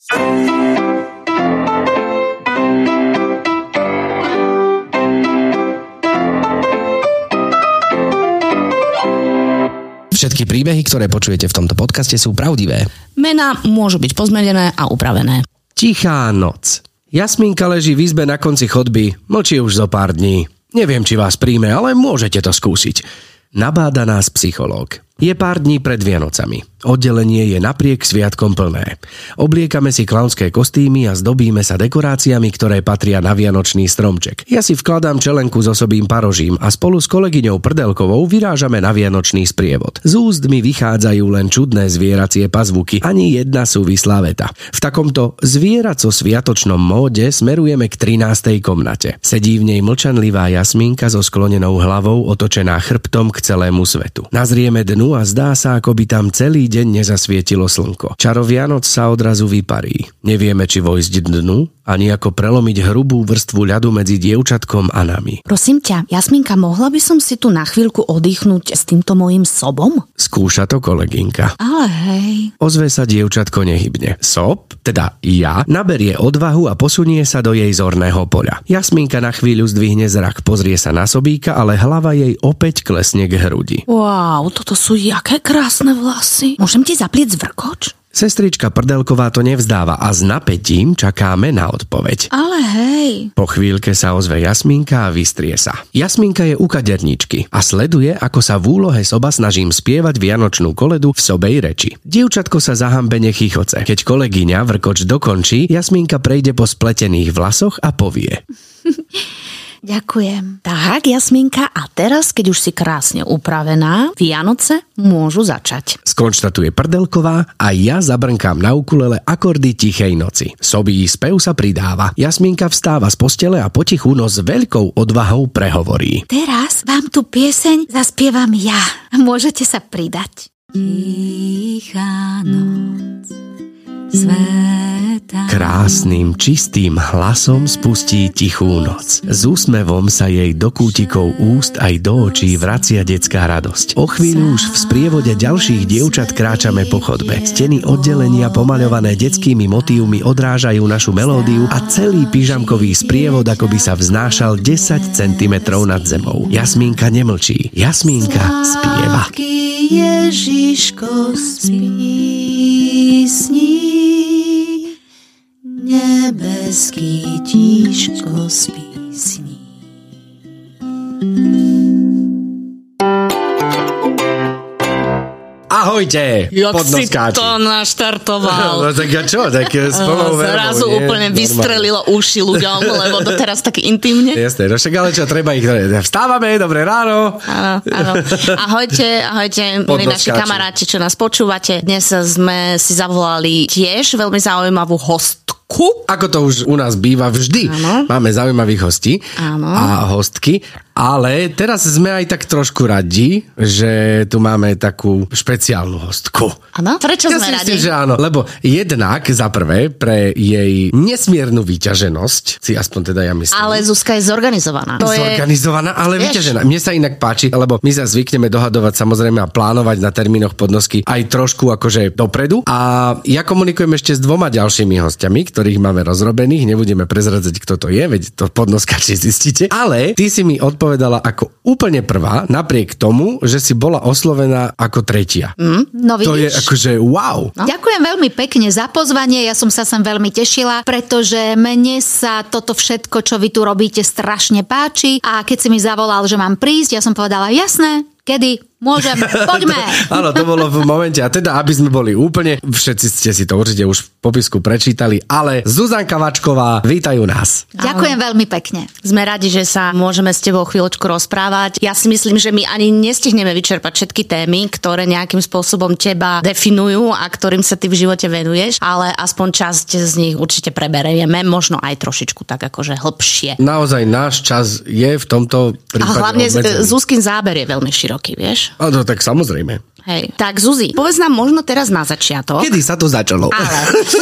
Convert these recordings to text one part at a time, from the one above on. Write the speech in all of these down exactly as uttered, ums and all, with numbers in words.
Všetky príbehy, ktoré počujete v tomto podcaste, sú pravdivé. Mená môžu byť pozmenené a upravené. Tichá noc. Jasminka leží v izbe na konci chodby, mlčí už zo pár dní. Neviem, či vás príjme, ale môžete to skúsiť. Nabáda nás psychológ. Je pár dní pred Vianocami. Oddelenie je napriek sviatkom plné. Obliekame si klaunské kostýmy a zdobíme sa dekoráciami, ktoré patria na vianočný stromček. Ja si vkladám čelenku s osobým parožím a spolu s kolegyňou Prdelkovou vyrážame na vianočný sprievod. Z úst mi vychádzajú len čudné zvieracie pazvuky, ani jedna súvislá veta. V takomto zvieraco-sviatočnom móde smerujeme k trinástej komnate. Sedí v nej mlčanlivá Jasminka so sklonenou hlavou otočená chrbtom k celému svetu. Nazrieme dnu a zdá sa, ako by tam celý deň nezasvietilo slnko. Čaro Vianoc sa odrazu vyparí. Nevieme, či vojsť dnu, ani ako prelomiť hrubú vrstvu ľadu medzi dievčatkom a nami. Prosím ťa, Jasminka, mohla by som si tu na chvíľku oddychnúť s týmto mojím sobom? Skúša to kolegynka. Ale hej. Ozve sa dievčatko nehybne. Sob, teda ja, naberie odvahu a posunie sa do jej zorného poľa. Jasminka na chvíľu zdvihne zrak, pozrie sa na sobíka, ale hlava jej opäť klesne k hrudi. Wow, toto sú jaké krásne vlasy. Môžem ti zaplieť zvrkoč? Sestrička Prdelková to nevzdáva a s napätím čakáme na odpoveď. Ale hej. Po chvíľke sa ozve Jasminka a vystrie sa. Jasminka je u kaderničky a sleduje, ako sa v úlohe soba snažím spievať vianočnú koledu v sobej reči. Dievčatko sa zahambene chichoce. Keď kolegyňa vrkoč dokončí, Jasminka prejde po spletených vlasoch a povie: Ďakujem. Tak, Jasminka, a teraz, keď už si krásne upravená, Vianoce môžu začať. Skonštatuje Prdelková a ja zabrnkám na ukulele akordy Tichej noci. Sobí spev sa pridáva. Jasminka vstáva z postele a potichu, no s veľkou odvahou prehovorí: Teraz vám tu pieseň zaspievam ja. Môžete sa pridať. Tichá noc, sveta. Krásnym, čistým hlasom spustí tichú noc. S úsmevom sa jej do kútikov úst aj do očí vracia detská radosť. O chvíľu už v sprievode ďalších dievčat kráčame po chodbe. Steny oddelenia pomaľované detskými motívmi odrážajú našu melódiu a celý pyžamkový sprievod akoby sa vznášal desať centimetrov nad zemou. Jasminka nemlčí. Jasminka spieva. Ježiško spí, sní, nebeský tíško spí, sní. Ahojte, Jak si podnoskáči. to naštartoval. No tak a čo, tak s plnou verbou, Zrazu nie? úplne Normálne. vystrelilo uši ľuďom, lebo doteraz taký intimne. Jasné, no však ale čo, treba ich... Vstávame, dobré ráno. Áno, áno. Ahojte, ahojte, milí naši kamaráti, čo nás počúvate. Dnes sme si zavolali tiež veľmi zaujímavú hostku. Ako to už u nás býva vždy. Áno. Máme zaujímavých hostí Áno. a hostky, ale teraz sme aj tak trošku radi, že tu máme takú špeciálnu hostku. Áno? Prečo Ja sme si radi? myslím, že áno, lebo jednak za prvé pre jej nesmiernu vyťaženosť, si aspoň teda ja myslím. Ale Zuzka je zorganizovaná. To Zorganizovaná, ale Vieš? vyťažená. Mne sa inak páči, lebo my sa zvykneme dohadovať samozrejme a plánovať na termínoch podnosky aj trošku akože dopredu. A ja komunikujem ešte s dvoma ďalšími hostiami, ktorých máme rozrobených. Nebudeme prezradzať, kto to je, veď to podnoskači zistíte. Ale ty si mi odpovedala ako úplne prvá, napriek tomu, že si bola oslovená ako tretia. Mm, no vidíš. To je akože wow. No. Ďakujem veľmi pekne za pozvanie, ja som sa sem veľmi tešila, pretože mne sa toto všetko, čo vy tu robíte, strašne páči a keď si mi zavolal, že mám prísť, ja som povedala jasné, kedy? Môžem, poďme. Áno, to bolo v momente. A teda, aby sme boli úplne, všetci ste si to určite už v popisku prečítali, ale Zuzanka Vačková, vítajú nás. Ďakujem veľmi pekne. Sme radi, že sa môžeme s tebou chvíľočku rozprávať. Ja si myslím, že my ani nestihneme vyčerpať všetky témy, ktoré nejakým spôsobom teba definujú a ktorým sa ty v živote venuješ, ale aspoň časť z nich určite preberieme, možno aj trošičku tak akože hlbšie. Naozaj náš čas je v tomto prípade A hlavne obmedzený. Zuzkin záber je veľmi široký, vieš? A to tak samozrejme. Hej. Tak Zuzi, povedz nám možno teraz na začiatok. Kedy sa to začalo? Ale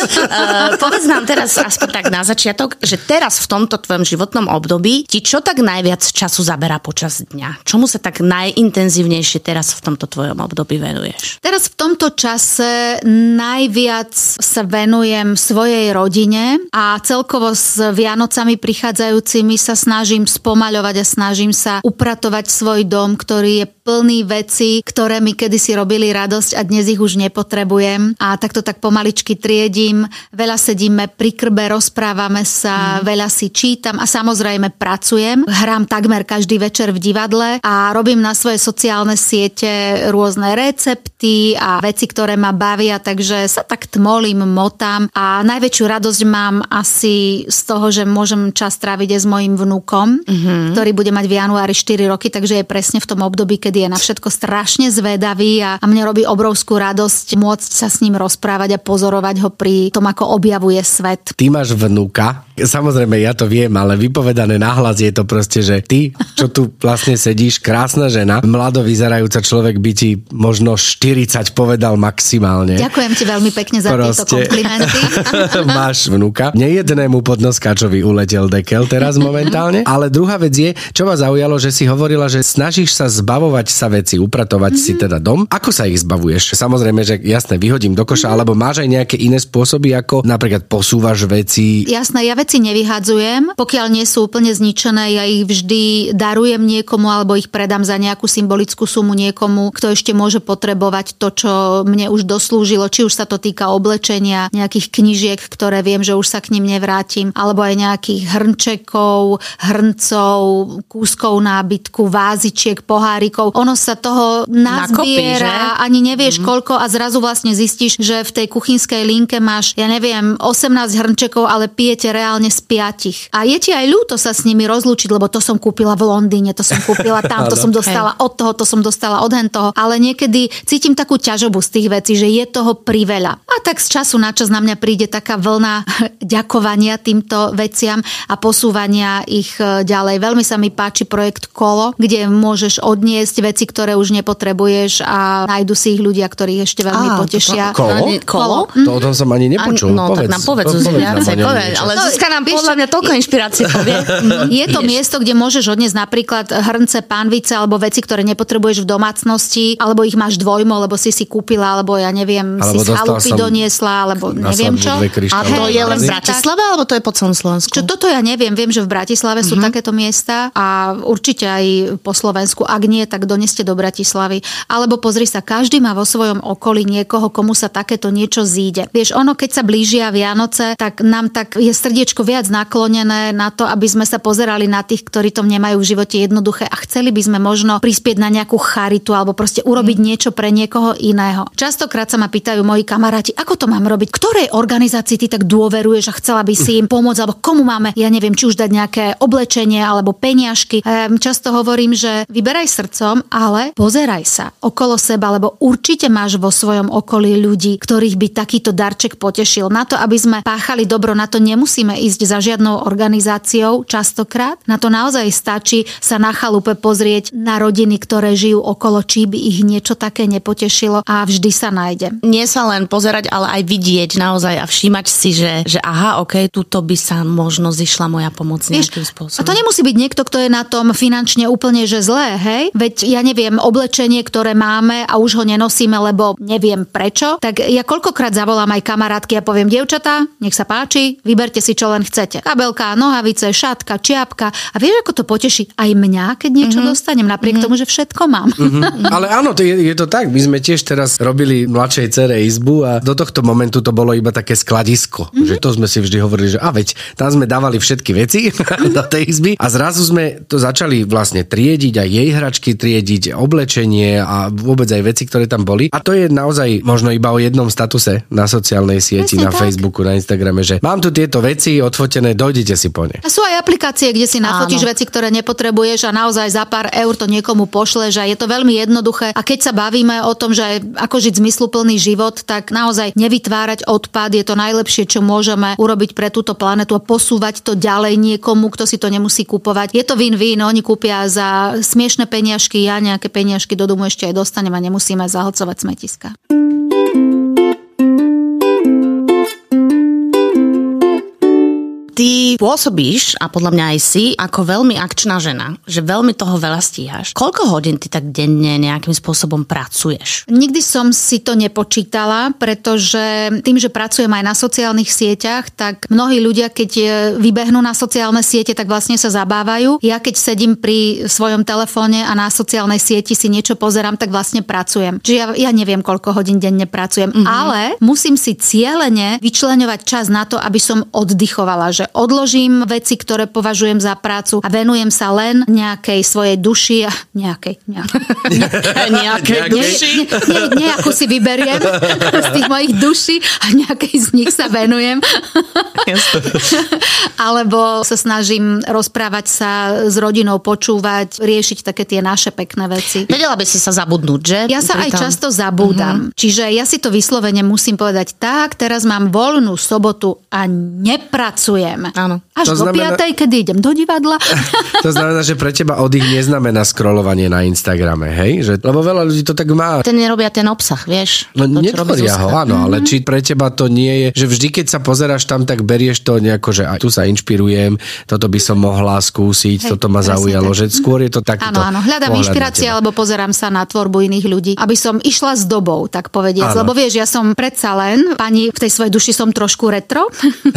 uh, povedz nám teraz aspoň tak na začiatok, že teraz v tomto tvojom životnom období ti čo tak najviac času zaberá počas dňa? Čomu sa tak najintenzívnejšie teraz v tomto tvojom období venuješ? Teraz v tomto čase najviac sa venujem svojej rodine a celkovo s Vianocami prichádzajúcimi sa snažím spomaľovať a snažím sa upratovať svoj dom, ktorý je plný vecí, ktoré mi kedysi robili radosť a dnes ich už nepotrebujem. A takto tak pomaličky triedím. Veľa sedíme pri krbe, rozprávame sa, mm. veľa si čítam a samozrejme pracujem. Hrám takmer každý večer v divadle a robím na svoje sociálne siete rôzne recepty a veci, ktoré ma bavia, takže sa tak tmolím, motám a najväčšiu radosť mám asi z toho, že môžem čas tráviť aj s mojím vnukom, mm-hmm. ktorý bude mať v januári štyri roky, takže je presne v tom období, kedy je na všetko strašne zvedavý a, a mne robí obrovskú radosť môcť sa s ním rozprávať a pozorovať ho pri tom, ako objavuje svet. Ty máš vnúka, samozrejme ja to viem, ale vypovedané nahlas je to proste, že ty, čo tu vlastne sedíš, krásna žena, mlado vyzerajúca človek by ti možno štyridsať povedal maximálne. Ďakujem ti veľmi pekne za proste tieto komplimenty. Máš vnúka. Nejednému podnoskáčovi uletel dekel teraz momentálne, ale druhá vec je, čo ma zaujalo, že si hovorila, že snažíš sa zbavovať sa veci, upratovať mm-hmm. si teda dom. Ako sa ich zbavuješ? Samozrejme, že jasné, vyhodím do koša, alebo máš aj nejaké iné spôsoby, ako napríklad posúvaš veci? Jasné, ja veci nevyhadzujem. Pokiaľ nie sú úplne zničené, ja ich vždy darujem niekomu alebo ich predám za nejakú symbolickú sumu niekomu, kto ešte môže potrebovať to, čo mne už doslúžilo. Či už sa to týka oblečenia, nejakých knižiek, ktoré viem, že už sa k nim nevrátim, alebo aj nejakých hrnčekov, hrncov, kúskov nábytku, vázičiek, pohárikov. Ono sa toho nazbiera, Nakopí, ani nevieš mm. koľko a zrazu vlastne zistíš, že v tej kuchynskej linke máš, ja neviem, osemnásť hrnčekov, ale pijete reálne z piatich. A je ti aj ľúto sa s nimi rozlúčiť, lebo to som kúpila v Londýne, to som kúpila tam, to som dostala od toho, to som dostala od hentoho. Ale niekedy cítim takú ťažobu z tých vecí, že je toho priveľa. A tak z času na čas na mňa príde taká vlna ďakovania týmto veciam a posúvania ich ďalej. Veľmi sa mi páči projekt Kolo, kde môžeš odniesť veci, ktoré už nepotrebuješ a nájdu si ich ľudia, ktorých ešte veľmi Á, potešia. To, kolo? Kolo? To o tom som ani nepočul. No povedz, tak nám povedz, Zuzka, viacej, povedz. Ale no, Zuzka nám podľa mňa toľko inšpirácie povie. Je to miesto, kde môžeš odniesť napríklad hrnce, pánvice alebo veci, ktoré nepotrebuješ v domácnosti, alebo ich máš dvojmo, lebo si si kúpila, alebo ja neviem, alebo si z chalupy doniesla, alebo neviem čo. A to je len v Bratislave, alebo to je po celom Slovensku? Čo, toto ja neviem, viem, že v Bratislave sú uh-huh. takéto miesta a určite aj po Slovensku. Ak nie, tak doneste do Bratislavy. Alebo pozri sa, každý má vo svojom okolí niekoho, komu sa takéto niečo zíde. Vieš, ono, keď sa blížia Vianoce, tak nám tak je srdiečko viac naklonené na to, aby sme sa pozerali na tých, ktorí to nemajú v živote jednoduché a chceli by sme možno prispieť na nejakú charitu alebo proste urobiť mm. niečo pre niekoho iného. Častokrát sa ma pýtajú moji kamaráti, ako to mám robiť, ktorej organizácii ty tak dôveruješ a chcela by si im pomôcť, alebo komu máme, ja neviem, či už dať nejaké oblečenie alebo peniažky. Často hovorím, že vyberaj srdcom, ale pozeraj sa okolo seba, lebo určite máš vo svojom okolí ľudí, ktorých by takýto darček potešil. Na to, aby sme páchali dobro, na to nemusíme ísť za žiadnou organizáciou častokrát. Na to naozaj stačí sa na chalupe pozrieť na rodiny, ktoré žijú okolo, či by ich niečo také nepotešilo a vždy sa nájde. Nie sa len pozerať, ale aj vidieť naozaj a všímať si, že, že aha, okej, okay, tuto by sa možno zišla moja pomoc nejakým spôsobom. A to nemusí byť niekto, kto je na tom finančne úplne že zlé, hej? Veď ja neviem, oblečenie, ktoré máme a už ho nenosíme, lebo neviem prečo, tak ja koľkokrát zavolám aj kamarátky a poviem, dievčatá, nech sa páči, vyberte si čo len chcete. Kabelka, nohavice, šatka, čiapka. A vieš, ako to poteší aj mňa, keď niečo mm-hmm. dostanem, napriek mm-hmm. tomu, že všetko mám. Mm-hmm. Ale áno, to je, je to tak. My sme tiež teraz robili mladšej dcere izbu a do tohto momentu to bolo iba také skladisko. Mm-hmm. Že to sme si vždy hovorili, že a veď, tam sme dávali všetky veci do tej izby a zrazu sme to začali vlastne triediť, aj jej hračky triediť, oblečenie a vôbec aj veci, ktoré tam boli. A to je naozaj možno iba o jednom statuse na sociálnej sieti, Presne na tak. Facebooku, na Instagrame, že mám tu tieto veci odfotené, dojdite si po ne. A sú aj aplikácie, kde si nafotíš Áno. veci, ktoré nepotrebuješ a naozaj za pár eur to niekomu pošleš a je to veľmi jednoduché. A keď sa bavíme o tom, že ako žiť zmysluplný život, tak naozaj nevytvárať odpad je to najlepšie, čo môžeme urobiť pre túto planetu a posúvať to ďalej niekomu, kto si to nemusí kupovať. Je to win-win, oni kúpia za smiešne peniažky, ja nejaké peniažky do domu ešte aj dostanem odstráňovať, nemusíme zahlcovať smetiska. Ty pôsobíš, a podľa mňa aj si, ako veľmi akčná žena, že veľmi toho veľa stíhaš. Koľko hodín ty tak denne nejakým spôsobom pracuješ? Nikdy som si to nepočítala, pretože tým, že pracujem aj na sociálnych sieťach, tak mnohí ľudia, keď vybehnú na sociálne siete, tak vlastne sa zabávajú. Ja keď sedím pri svojom telefóne a na sociálnej sieti si niečo pozerám, tak vlastne pracujem. Čiže ja, ja neviem, koľko hodín denne pracujem, mm-hmm. ale musím si cielene vyčleňovať čas na to, aby som oddychovala, že odložím veci, ktoré považujem za prácu a venujem sa len nejakej svojej duši a nejakej, nejakej, nejakej duši. Ne, ne, nejakú si vyberiem z tých mojich duší a nejakej z nich sa venujem. Alebo sa snažím rozprávať sa s rodinou, počúvať, riešiť také tie naše pekné veci. Vedela by si sa zabudnúť, že? Ja sa aj často zabúdam. Uh-huh. Čiže ja si to vyslovene musím povedať tak, teraz mám voľnú sobotu a nepracujem. Áno. Až to do znamená... piatej, kedy idem do divadla. To znamená, že pre teba oddych neznamená scrollovanie na Instagrame, hej? Že, lebo veľa ľudí to tak má. Ten nerobia ten obsah, vieš? No netvoria ho, áno, mm-hmm. ale či pre teba to nie je, že vždy, keď sa pozeráš tam, tak berieš to nejako, že aj tu sa inšpirujem, toto by som mohla skúsiť, hej, toto ma zaujalo, tak. Že skôr je to takýto. Áno, áno, hľadám inšpirácie, alebo pozerám sa na tvorbu iných ľudí, aby som išla s dobou, tak povediac. Lebo vieš, ja som predsa len, pani, v tej svojej duši som trošku retro.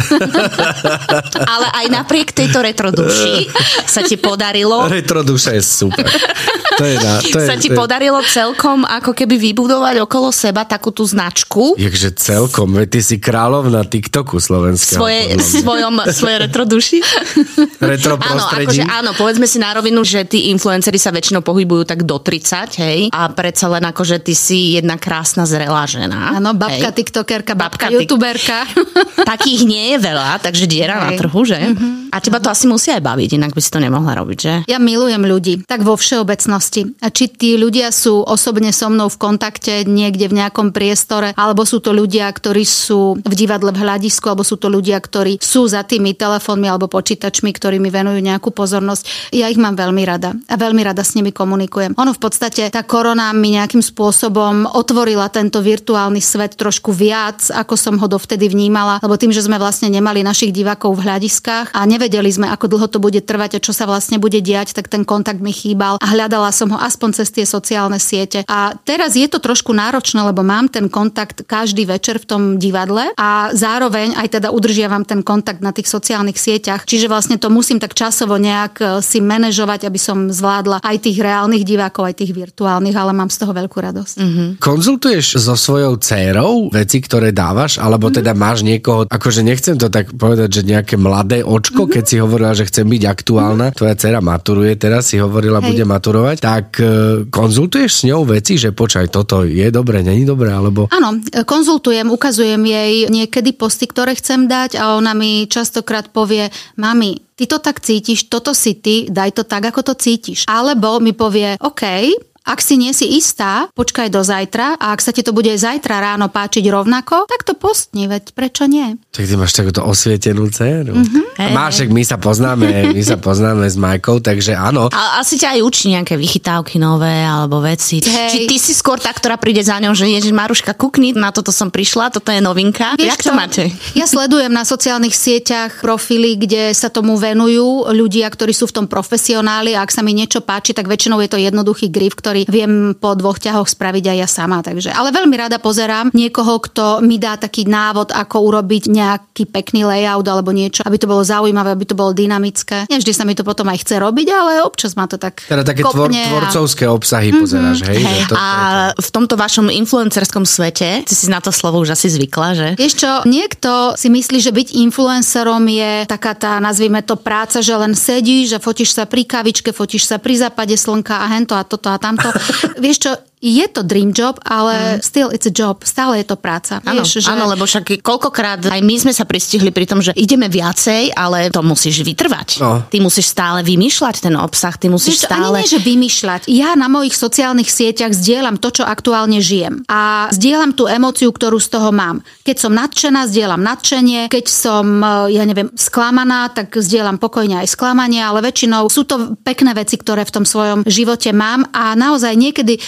Ale aj napriek tejto retroduši sa ti podarilo... Retroduša je super. To je na, to je, sa ti to je... podarilo celkom ako keby vybudovať okolo seba takú tú značku. Jakže celkom, veď ty si kráľovna TikToku slovenského. Svoje, svojom, svoje retroduši. Retro prostredí. Áno, akože áno, povedzme si na rovinu, že tí influenceri sa väčšinou pohybujú tak do tridsať, hej, a predsa len akože ty si jedna krásna zrelá žena. Áno, babka hej. tiktokerka, babka, babka youtuberka. Takých nie je veľa, takže diera hej. na trhu, že? Mm-hmm. A teba to asi musí aj baviť, inak by si to nemohla robiť, že? Ja milujem ľudí, tak vo všeobecnosti. A či tí ľudia sú osobne so mnou v kontakte niekde v nejakom priestore, alebo sú to ľudia, ktorí sú v divadle v hľadisku, alebo sú to ľudia, ktorí sú za tými telefónmi alebo počítačmi, ktorí mi venujú nejakú pozornosť. Ja ich mám veľmi rada a veľmi rada s nimi komunikujem. Ono v podstate, tá korona mi nejakým spôsobom otvorila tento virtuálny svet trošku viac, ako som ho dovtedy vnímala, lebo tým, že sme vlastne nemali našich divákov v hľadiskách a nevedeli sme, ako dlho to bude trvať a čo sa vlastne bude diať, tak ten kontakt mi chýbal a hľadala som ho aspoň cez tie sociálne siete. A teraz je to trošku náročné, lebo mám ten kontakt každý večer v tom divadle a zároveň aj teda udržiavam ten kontakt na tých sociálnych sieťach. Čiže vlastne to musím tak časovo nejak si manažovať, aby som zvládla aj tých reálnych divákov, aj tých virtuálnych, ale mám z toho veľkú radosť. Mm-hmm. Konzultuješ so svojou dcérou veci, ktoré dávaš, alebo mm-hmm. teda máš niekoho, akože nechcem to tak povedať, že nejaké mladé očko, mm-hmm. keď si hovorila, že chcem byť aktuálna, mm-hmm. tvoja dcéra maturuje, teraz si hovorila, hej. bude maturovať, tak konzultuješ s ňou veci, že počkaj, toto je dobre, není dobre, alebo... Áno, konzultujem, ukazujem jej niekedy posty, ktoré chcem dať a ona mi častokrát povie, mami, ty to tak cítiš, toto si ty, daj to tak, ako to cítiš. Alebo mi povie, OK, ak si nie si istá, počkaj do zajtra a ak sa ti to bude zajtra ráno páčiť rovnako, tak to postni, veď prečo nie? Tak ty máš takúto osvietenú dceru. Mm-hmm. Hey, máš, my sa poznáme, my sa poznáme s Majkou, takže áno. A asi ťa aj učí nejaké vychytávky nové alebo veci. Hey. Či ty si skôr tá, ktorá príde za ňou, že ježiš Maruška, kukni, na toto som prišla, toto je novinka. Vieš Jak čo? To máte? Ja sledujem na sociálnych sieťach profily, kde sa tomu venujú ľudia, ktorí sú v tom profesionáli a ak sa mi niečo páči, tak väčšinou je to jednoduchý grif, ktorý viem po dvoch ťahoch spraviť aj ja sama. Takže. Ale veľmi rada pozerám niekoho, kto mi dá taký návod, ako urobiť nejaký pekný layout alebo niečo, aby to bolo zaujímavé, aby to bolo dynamické. Nie vždy sa mi to potom aj chce robiť, ale občas ma to tak teda také tvor, tvorcovské obsahy mm-hmm. pozeráš, hej? hej. Že to, a v tomto vašom influencerskom svete, si si na to slovo už asi zvykla, že? Vieš čo, niekto si myslí, že byť influencerom je taká tá, nazvime to práca, že len sedíš a fotíš sa pri kavičke, fotíš sa pri západe slnka a hento a toto a tamto. Vieš čo, je to dream job, ale mm. still it's a job. Stále je to práca. Áno, Vieš, že... áno, lebo však koľkokrát aj my sme sa pristihli pri tom, že ideme viacej, ale to musíš vytrvať. No. Ty musíš stále vymýšľať ten obsah, ty musíš Vieš, stále... Ani nie, že vymýšľať. Ja na mojich sociálnych sieťach zdieľam to, čo aktuálne žijem. A zdieľam tú emóciu, ktorú z toho mám. Keď som nadšená, zdieľam nadšenie. Keď som, ja neviem, sklamaná, tak zdieľam pokojne aj sklamanie, ale väčšinou sú to pekné veci, ktoré v tom svojom živote mám a naozaj niekedy ako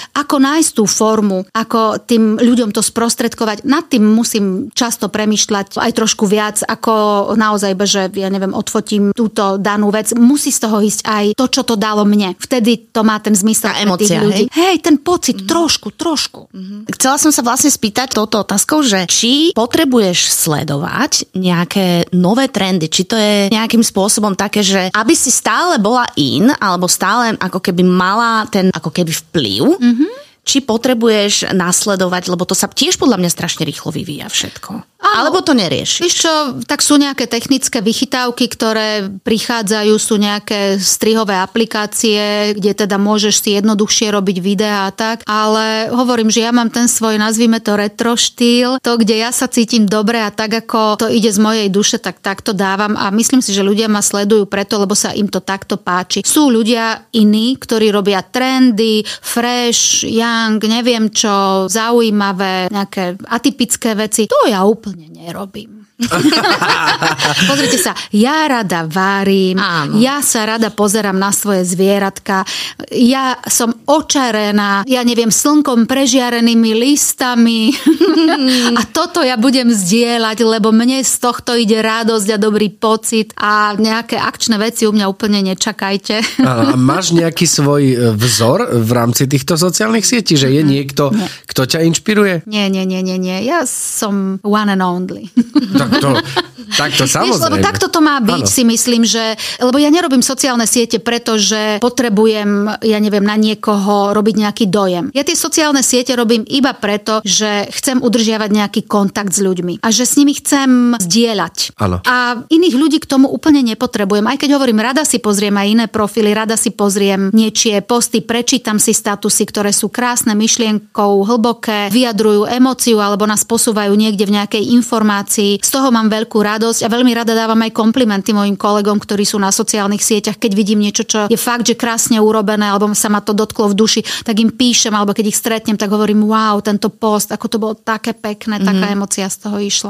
nájsť tú formu, ako tým ľuďom to sprostredkovať. Nad tým musím často premýšľať aj trošku viac, ako naozaj, že ja neviem, odfotím túto danú vec. Musí z toho ísť aj to, čo to dalo mne. Vtedy to má ten zmysel pre tých ľudí. Hej? hej, ten pocit, mm-hmm. trošku, trošku. Mm-hmm. Chcela som sa vlastne spýtať touto otázkou, že či potrebuješ sledovať nejaké nové trendy, či to je nejakým spôsobom také, že aby si stále bola in, alebo stále ako keby mala ten ako keby vplyv, mm-hmm. či potrebuješ nasledovať, lebo to sa tiež podľa mňa strašne rýchlo vyvíja všetko. Áno. Alebo to neriešiš? Víš čo, tak sú nejaké technické vychytávky, ktoré prichádzajú, sú nejaké strihové aplikácie, kde teda môžeš si jednoduchšie robiť videá a tak, ale hovorím, že ja mám ten svoj, nazvime to retro štýl, to, kde ja sa cítim dobre a tak, ako to ide z mojej duše, tak takto dávam a myslím si, že ľudia ma sledujú preto, lebo sa im to takto páči. Sú ľudia iní, ktorí robia trendy, fresh, young, neviem čo, zaujímavé, nejaké atypické veci. To ja úplne nerobím. Pozrite sa, ja rada varím, áno. Ja sa rada pozerám na svoje zvieratka, ja som očarená, ja neviem, slnkom prežiarenými listami a toto ja budem zdieľať, lebo mne z tohto ide radosť a dobrý pocit a nejaké akčné veci u mňa úplne nečakajte. A máš nejaký svoj vzor v rámci týchto sociálnych sietí, že je niekto, nie. Kto ťa inšpiruje? Nie, nie, nie, nie, nie. Ja som one and only. Tak to, tak to samozrejme. Vieš, lebo takto to má byť, ano. Si myslím, že... Lebo ja nerobím sociálne siete, pretože potrebujem, ja neviem, na niekoho robiť nejaký dojem. Ja tie sociálne siete robím iba preto, že chcem udržiavať nejaký kontakt s ľuďmi a že s nimi chcem zdieľať. Ano. A iných ľudí k tomu úplne nepotrebujem. Aj keď hovorím, rada si pozriem aj iné profily, rada si pozriem niečie posty, prečítam si statusy, ktoré sú krásne, myšlienkou, hlboké, vyjadrujú emóciu alebo nás posúvajú niekde v nejakej informácii. Z toho mám veľkú radosť a veľmi rada dávam aj komplimenty mojim kolegom, ktorí sú na sociálnych sieťach, keď vidím niečo, čo je fakt, že krásne urobené, alebo sa ma to dotklo v duši, tak im píšem, alebo keď ich stretnem, tak hovorím, wow, tento post, ako to bolo také pekné, mm-hmm. taká emócia z toho išla.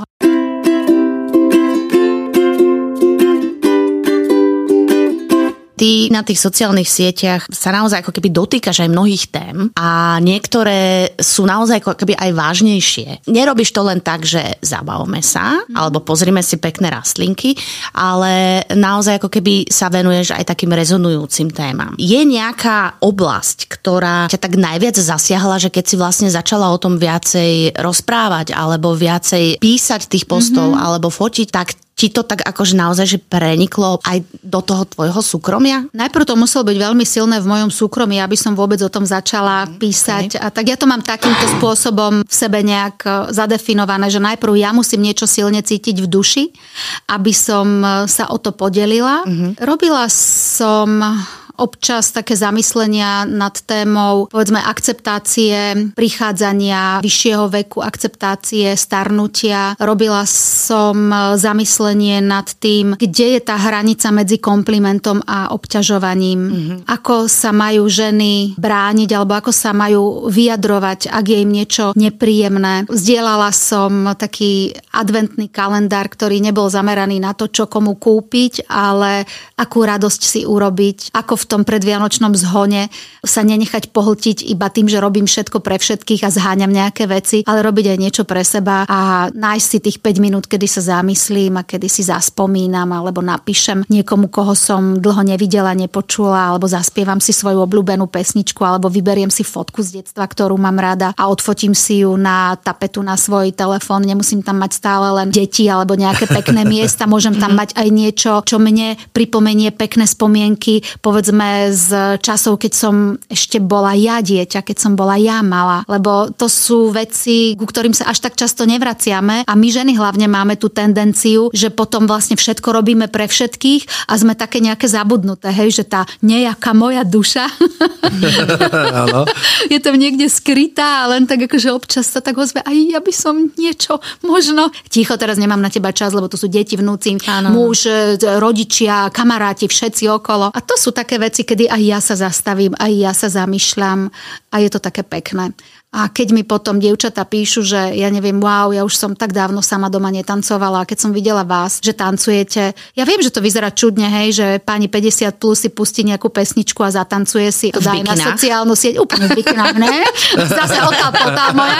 Ty na tých sociálnych sieťach sa naozaj ako keby dotýkaš aj mnohých tém a niektoré sú naozaj ako keby aj vážnejšie. Nerobíš to len tak, že zabavme sa, mm. alebo pozrime si pekné rastlinky, ale naozaj ako keby sa venuješ aj takým rezonujúcim témam. Je nejaká oblasť, ktorá ťa tak najviac zasiahla, že keď si vlastne začala o tom viacej rozprávať alebo viacej písať tých postov mm-hmm. alebo fotiť, tak ti to tak akože naozaj že preniklo aj do toho tvojho súkromia? Najprv to muselo byť veľmi silné v mojom súkromí, aby som vôbec o tom začala písať. Okay. A tak ja to mám takýmto spôsobom v sebe nejak zadefinované, že najprv ja musím niečo silne cítiť v duši, aby som sa o to podelila. Mm-hmm. Robila som... občas také zamyslenia nad témou, povedzme, akceptácie prichádzania vyššieho veku, akceptácie starnutia. Robila som zamyslenie nad tým, kde je tá hranica medzi komplimentom a obťažovaním. Mm-hmm. Ako sa majú ženy brániť, alebo ako sa majú vyjadrovať, ak je im niečo nepríjemné. Zdieľala som taký adventný kalendár, ktorý nebol zameraný na to, čo komu kúpiť, ale akú radosť si urobiť, ako v v tom predvianočnom zhone sa nenechať pohltiť iba tým, že robím všetko pre všetkých a zháňam nejaké veci, ale robiť aj niečo pre seba a nájsť si tých päť minút, kedy sa zamyslím a kedy si zaspomínam alebo napíšem niekomu, koho som dlho nevidela, nepočula, alebo zaspievam si svoju obľúbenú pesničku alebo vyberiem si fotku z detstva, ktorú mám rada a odfotím si ju na tapetu na svoj telefón. Nemusím tam mať stále len deti alebo nejaké pekné miesta, môžem tam mať aj niečo, čo mne pripomenie pekné spomienky, povedzme z časov, keď som ešte bola ja dieťa, keď som bola ja malá. Lebo to sú veci, ku ktorým sa až tak často nevraciame a my ženy hlavne máme tú tendenciu, že potom vlastne všetko robíme pre všetkých a sme také nejaké zabudnuté, hej, že tá nejaká moja duša je tam niekde skrytá a len tak akože občas sa tak ozve, aj ja by som niečo možno. Ticho, teraz nemám na teba čas, lebo tu sú deti, vnúci, muž, rodičia, kamaráti, všetci okolo. A to sú také veci, kedy aj ja sa zastavím, aj ja sa zamýšľam a je to také pekné. A keď mi potom dievčatá píšu, že ja neviem, wow, ja už som tak dávno sama doma netancovala a keď som videla vás, že tancujete. Ja viem, že to vyzerá čudne, hej, že pani päťdesiat plus si pustí nejakú pesničku a zatancuje si, to dá na sociálnu sieť, úplne v bikinách, ne? Zase otá moja.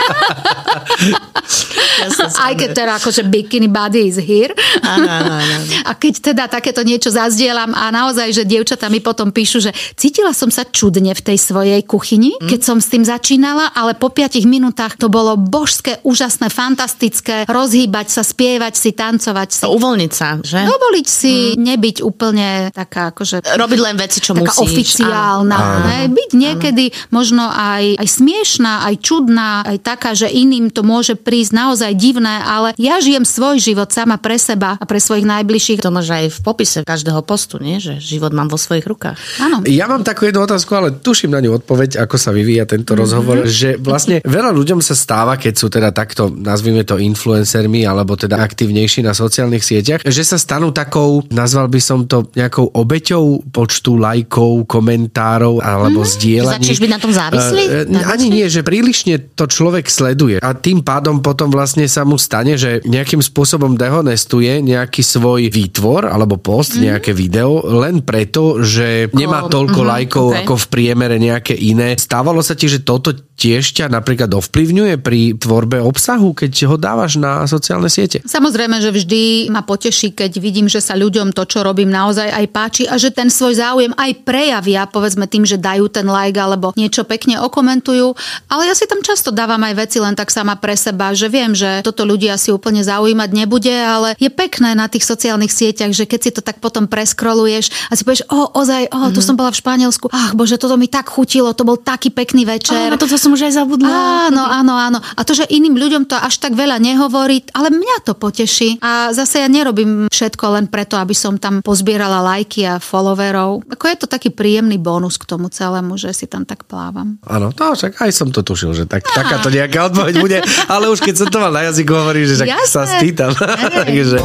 Aj keď teda akože bikini body is here. Áno, áno, áno. A keď teda takéto niečo zazdielam a naozaj, že dievčatá mi potom píšu, že cítila som sa čudne v tej svojej kuchyni, keď som s tým začínala, ale po piatich minútach to bolo božské, úžasné, fantastické, rozhýbať sa, spievať si, tancovať si. Uvoľniť sa, že? Dovoliť si, mm. nebyť úplne taká akože... Robiť len veci, čo taká musíš. Oficiálna. Áno. Ne? Byť niekedy áno. možno aj, aj smiešná, aj čudná, aj taká, že iným to môže prísť naozaj divné, ale ja žijem svoj život sama pre seba a pre svojich najbližších. To máš aj v popise každého postu, nie? Že život mám vo svojich rukách. Áno. Ja mám takú jednu otázku, ale tuším na ňu odpoveď, ako sa vyvíja tento mm-hmm. rozhovor, že vlastne veľa ľuďom sa stáva, keď sú teda takto, nazvime to influencermi, alebo teda aktívnejší na sociálnych sieťach, že sa stanú takou, nazval by som to nejakou obeťou počtu lajkov, komentárov alebo mm-hmm. zdieľaní. Začneš byť na tom závislý? Uh, ani nie, že prílišne to človek sleduje a tým pádom potom vlastne sa mu stane, že nejakým spôsobom dehonestuje nejaký svoj výtvor alebo post, mm-hmm. nejaké video, len preto, že nemá toľko mm-hmm, lajkov okay. ako v priemere nejaké iné. Stávalo sa ti, že toto tiež ťa napríklad ovplyvňuje pri tvorbe obsahu, keď ho dávaš na sociálne siete? Samozrejme, že vždy ma poteší, keď vidím, že sa ľuďom to, čo robím, naozaj aj páči a že ten svoj záujem aj prejavia, povedzme tým, že dajú ten like alebo niečo pekne okomentujú. Ale ja si tam často dávam aj veci len tak sama pre seba, že viem, že toto ľudia si úplne zaujímať nebude, ale je pekné na tých sociálnych sieťach, že keď si to tak potom preskroluješ a si povieš, o, ozaj, o, tu mm-hmm. som bola v Španielsku, ach bože, toto mi tak chutilo, to bol taký pekný večer. Á, toto som už aj zabudla. Áno, áno, áno. A to, že iným ľuďom to až tak veľa nehovorí, ale mňa to poteší. A zase ja nerobím všetko len preto, aby som tam pozbierala lajky a followerov. Ako je to taký príjemný bonus k tomu celému, že si tam tak plávam. Áno, to však aj som to tušil, že tak, takáto nejaká odpoveď bude, ale už keď som to mal na jazyku, hovorím, že sa spýtam. Takže...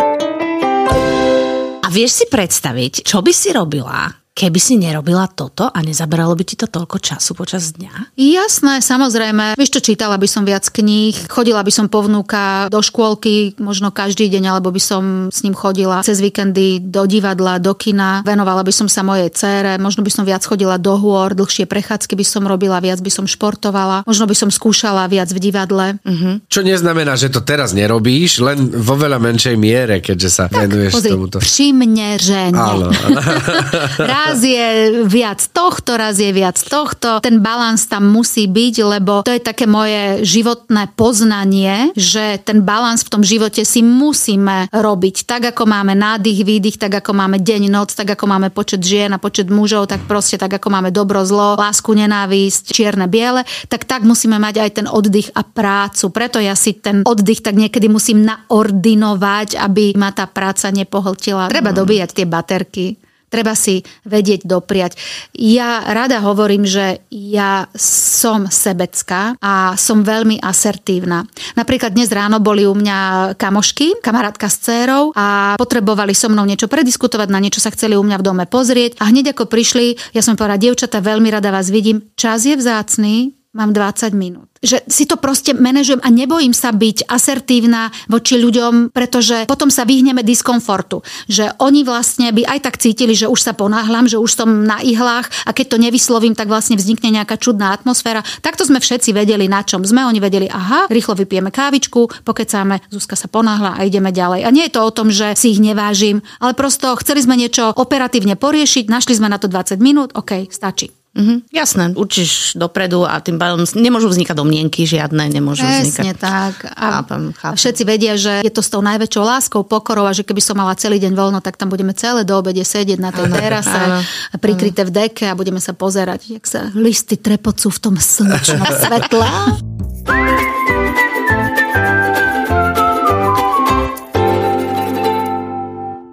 A vieš si predstaviť, čo by si robila, keby si nerobila toto a nezaberalo by ti to toľko času počas dňa? Jasné, samozrejme. Vieš čo, čítala by som viac kníh, chodila by som po vnúka do škôlky, možno každý deň, alebo by som s ním chodila cez víkendy do divadla, do kina, venovala by som sa mojej dcére, možno by som viac chodila do hôr, dlhšie prechádzky by som robila, viac by som športovala, možno by som skúšala viac v divadle. Uh-huh. Čo neznamená, že to teraz nerobíš, len vo veľa menšej miere, keďže sa tak, venuješ pozri, tomuto. Primerene. Áno. Raz je viac tohto, raz je viac tohto. Ten balans tam musí byť, lebo to je také moje životné poznanie, že ten balans v tom živote si musíme robiť. Tak ako máme nádych, výdych, tak ako máme deň, noc, tak ako máme počet žien a počet mužov, tak proste tak ako máme dobro, zlo, lásku, nenávisť, čierne, biele, tak tak musíme mať aj ten oddych a prácu. Preto ja si ten oddych tak niekedy musím naordinovať, aby ma tá práca nepohltila. Treba dobíjať tie baterky. Treba si vedieť dopriať. Ja rada hovorím, že ja som sebecká a som veľmi asertívna. Napríklad dnes ráno boli u mňa kamošky, kamarátka s dcérou a potrebovali so mnou niečo prediskutovať, na niečo sa chceli u mňa v dome pozrieť a hneď ako prišli, ja som povedala, dievčatá, veľmi rada vás vidím, čas je vzácny, mám dvadsať minút. Že si to proste manažujem a nebojím sa byť asertívna voči ľuďom, pretože potom sa vyhneme diskomfortu. Že oni vlastne by aj tak cítili, že už sa ponáhľam, že už som na ihlách a keď to nevyslovím, tak vlastne vznikne nejaká čudná atmosféra. Takto sme všetci vedeli, na čom sme. Oni vedeli, aha, rýchlo vypijeme kávičku, pokecáme, Zuzka sa ponáhľa a ideme ďalej. A nie je to o tom, že si ich nevážim, ale prosto chceli sme niečo operatívne poriešiť, našli sme na to dvadsať minút, OK, stačí. Mhm, jasné, učíš dopredu a tým pádom nemôžu vznikať domnienky žiadne, nemôžu Presne vznikať. tak. A chápem, chápem. Všetci vedia, že je to s tou najväčšou láskou, pokorou a že keby som mala celý deň voľno, tak tam budeme celé do obede sedieť na tej terase, áno, prikryté v deke a budeme sa pozerať, jak sa listy trepocú v tom slnečnom svetle.